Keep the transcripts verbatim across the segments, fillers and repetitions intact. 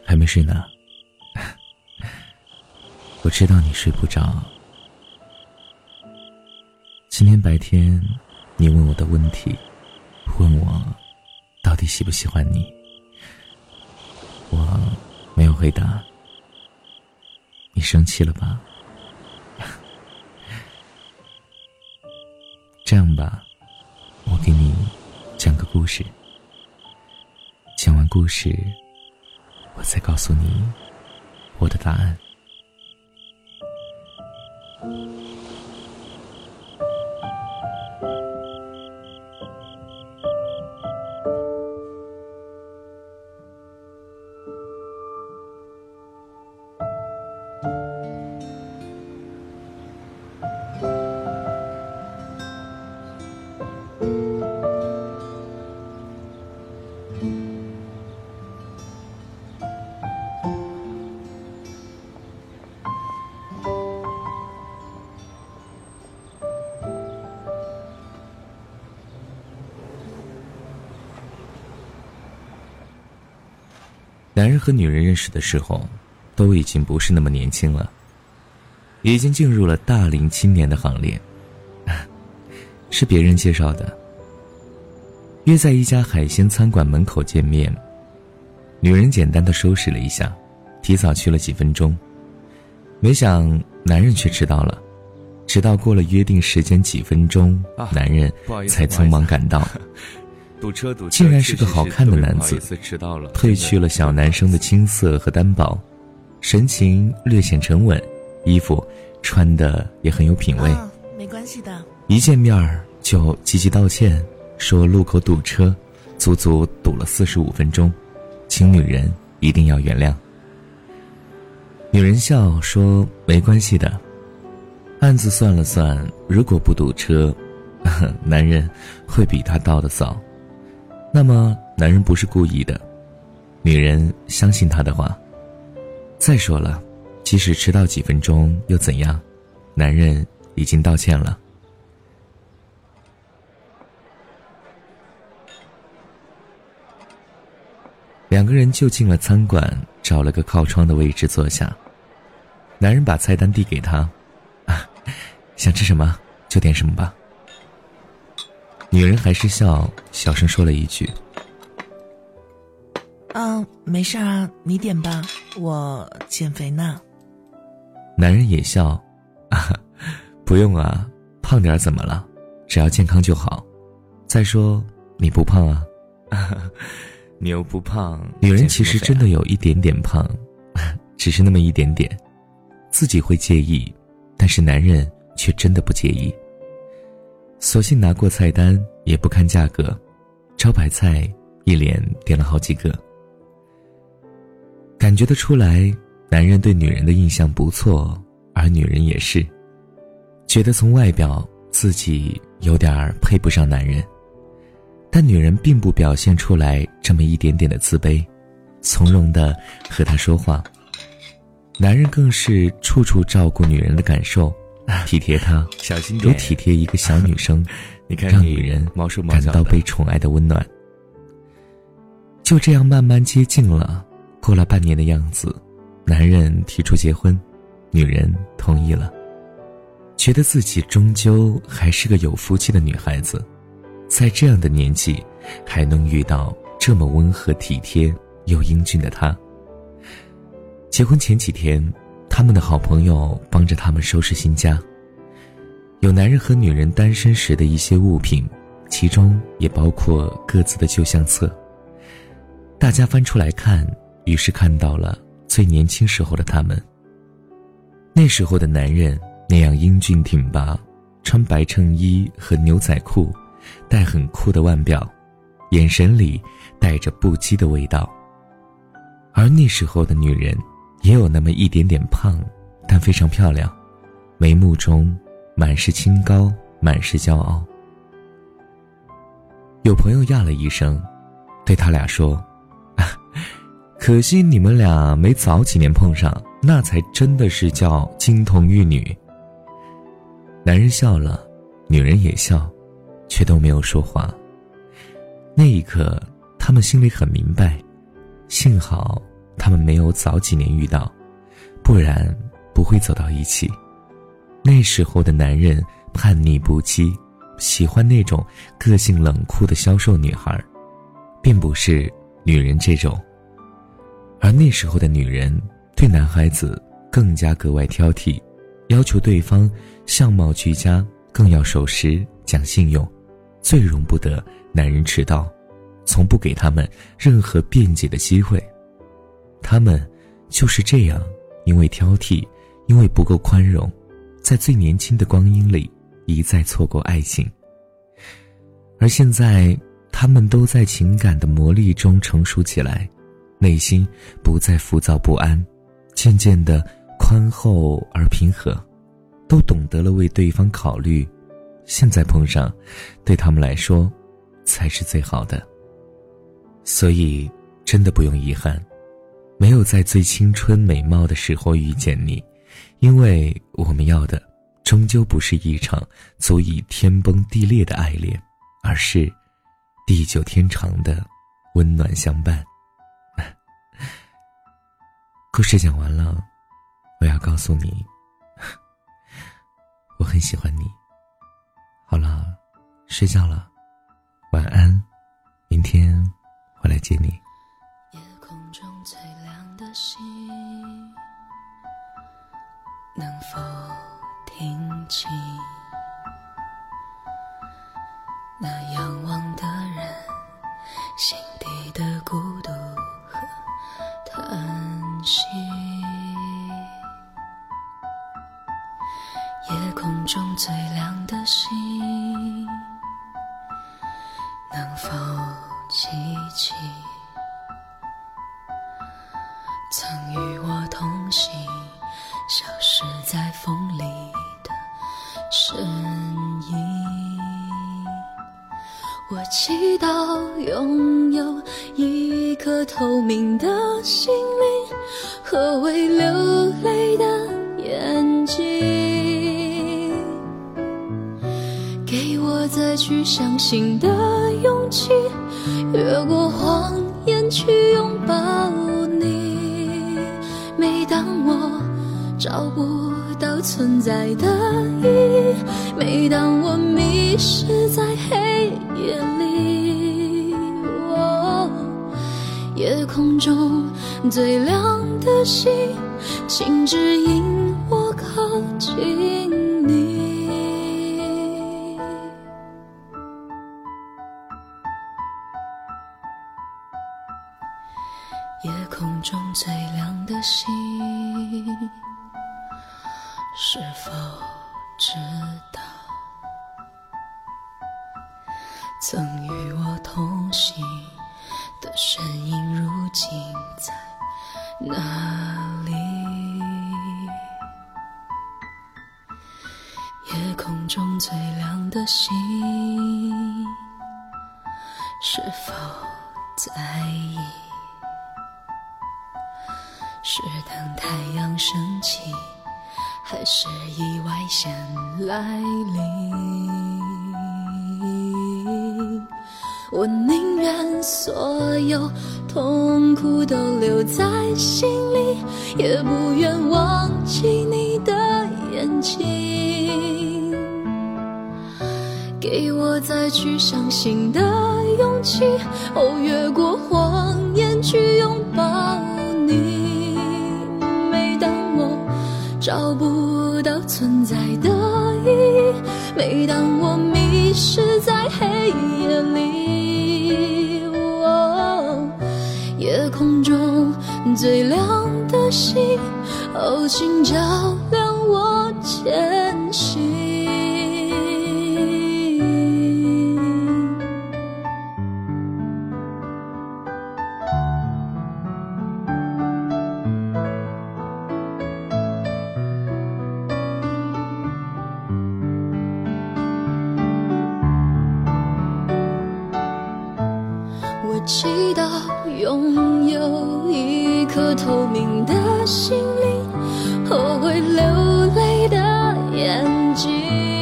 还没睡呢。我知道你睡不着。今天白天你问我的问题，问我到底喜不喜欢你，我没有回答。你生气了吧？这样吧，我给你讲个故事，讲完故事我再告诉你我的答案。男人和女人认识的时候都已经不是那么年轻了，已经进入了大龄青年的行列。是别人介绍的，约在一家海鲜餐馆门口见面。女人简单的收拾了一下，提早去了几分钟，没想男人却迟到了，直到过了约定时间几分钟，啊、男人才匆忙赶到。 堵车堵车， 竟然是个好看的男子， 迟到了， 褪去了小男生的青涩和单薄，神情略显沉稳，衣服穿的也很有品味。 啊、没关系的。 一见面就积极道歉，说路口堵车，足足堵了四十五分钟，请女人一定要原谅。女人笑说没关系的，暗自算了算，如果不堵车，男人会比他到的早。那么男人不是故意的，女人相信他的话。再说了，即使迟到几分钟又怎样，男人已经道歉了。两个人就进了餐馆，找了个靠窗的位置坐下。男人把菜单递给他，啊，想吃什么就点什么吧。女人还是笑，小声说了一句： 嗯，没事啊，你点吧，我减肥呢。 男人也笑，啊，不用啊，胖点怎么了？只要健康就好。再说你不胖啊。 你又不胖。 女人其实真的有一点点胖，只是那么一点点，自己会介意，但是男人却真的不介意。索性拿过菜单，也不看价格，招牌菜一连点了好几个。感觉得出来，男人对女人的印象不错，而女人也是，觉得从外表自己有点配不上男人。但女人并不表现出来这么一点点的自卑，从容地和他说话。男人更是处处照顾女人的感受，体贴她， 小心如体贴一个小女生， 你看让女人感到被宠爱的温暖。就这样慢慢接近了，过了半年的样子，男人提出结婚，女人同意了，觉得自己终究还是个有福气的女孩子，在这样的年纪还能遇到这么温和体贴又英俊的他。结婚前几天，他们的好朋友帮着他们收拾新家，有男人和女人单身时的一些物品，其中也包括各自的旧相册。大家翻出来看，于是看到了最年轻时候的他们。那时候的男人那样英俊挺拔，穿白衬衣和牛仔裤，戴很酷的腕表，眼神里带着不羁的味道。而那时候的女人也有那么一点点胖，但非常漂亮，眉目中满是清高，满是骄傲。有朋友呀了一声，对他俩说，啊，可惜你们俩没早几年碰上，那才真的是叫金童玉女。男人笑了，女人也笑，却都没有说话。那一刻他们心里很明白，幸好他们没有早几年遇到，不然不会走到一起。那时候的男人叛逆不羁，喜欢那种个性冷酷的消瘦女孩，并不是女人这种。而那时候的女人对男孩子更加格外挑剔，要求对方相貌俱佳，更要守时讲信用，最容不得男人迟到，从不给他们任何辩解的机会。他们就是这样，因为挑剔，因为不够宽容，在最年轻的光阴里一再错过爱情。而现在他们都在情感的磨砺中成熟起来，内心不再浮躁不安，渐渐的宽厚而平和，都懂得了为对方考虑。现在碰上，对他们来说才是最好的。所以真的不用遗憾，没有在最青春美貌的时候遇见你，因为我们要的终究不是一场足以天崩地裂的爱恋，而是地久天长的温暖相伴。故事讲完了，我要告诉你，我很喜欢你。好了，睡觉了，晚安，明天我来接你。 夜空中最亮的星，能否听清那仰望的人心底的孤独和叹息？夜空中最亮的星，能否记起曾与我同行，消失在风里的身影？我祈祷拥有一颗透明的心灵和会流泪的眼睛，给我再去相信的勇气，越过谎言去拥抱你。每当我找不到存在的意义，每当我迷失在黑夜里，哦，夜空中最亮的星，请指引我靠近你。夜空中最亮的星，是否知道曾与我同行的身影如今在哪里？夜空中最亮的星，是否在意？是等太阳升起，还是意外先来临？我宁愿所有痛苦都留在心里，也不愿忘记你的眼睛，给我再去相信的勇气，哦，越过谎言去拥抱你。每当我找不到存在的意义，每当我迷失在黑夜里，哦，夜空中最亮的星，哦，请照亮我前行。我祈祷拥有一颗透明的心灵和会流泪的眼睛，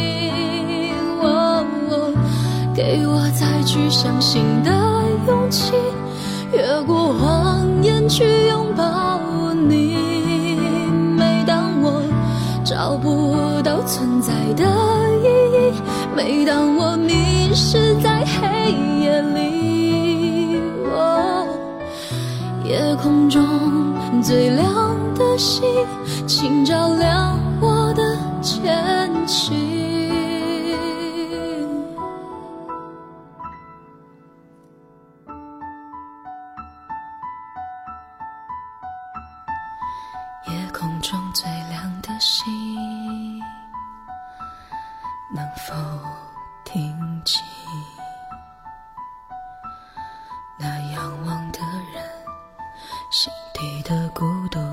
哦哦，给我再去相信的勇气，越过谎言眼去拥抱你。每当我找不到存在的意义，每当我迷失在黑夜里，哦，夜空中最亮的星，请照亮我的前行。夜空中最亮的星，能否听清那仰望的人心底的孤独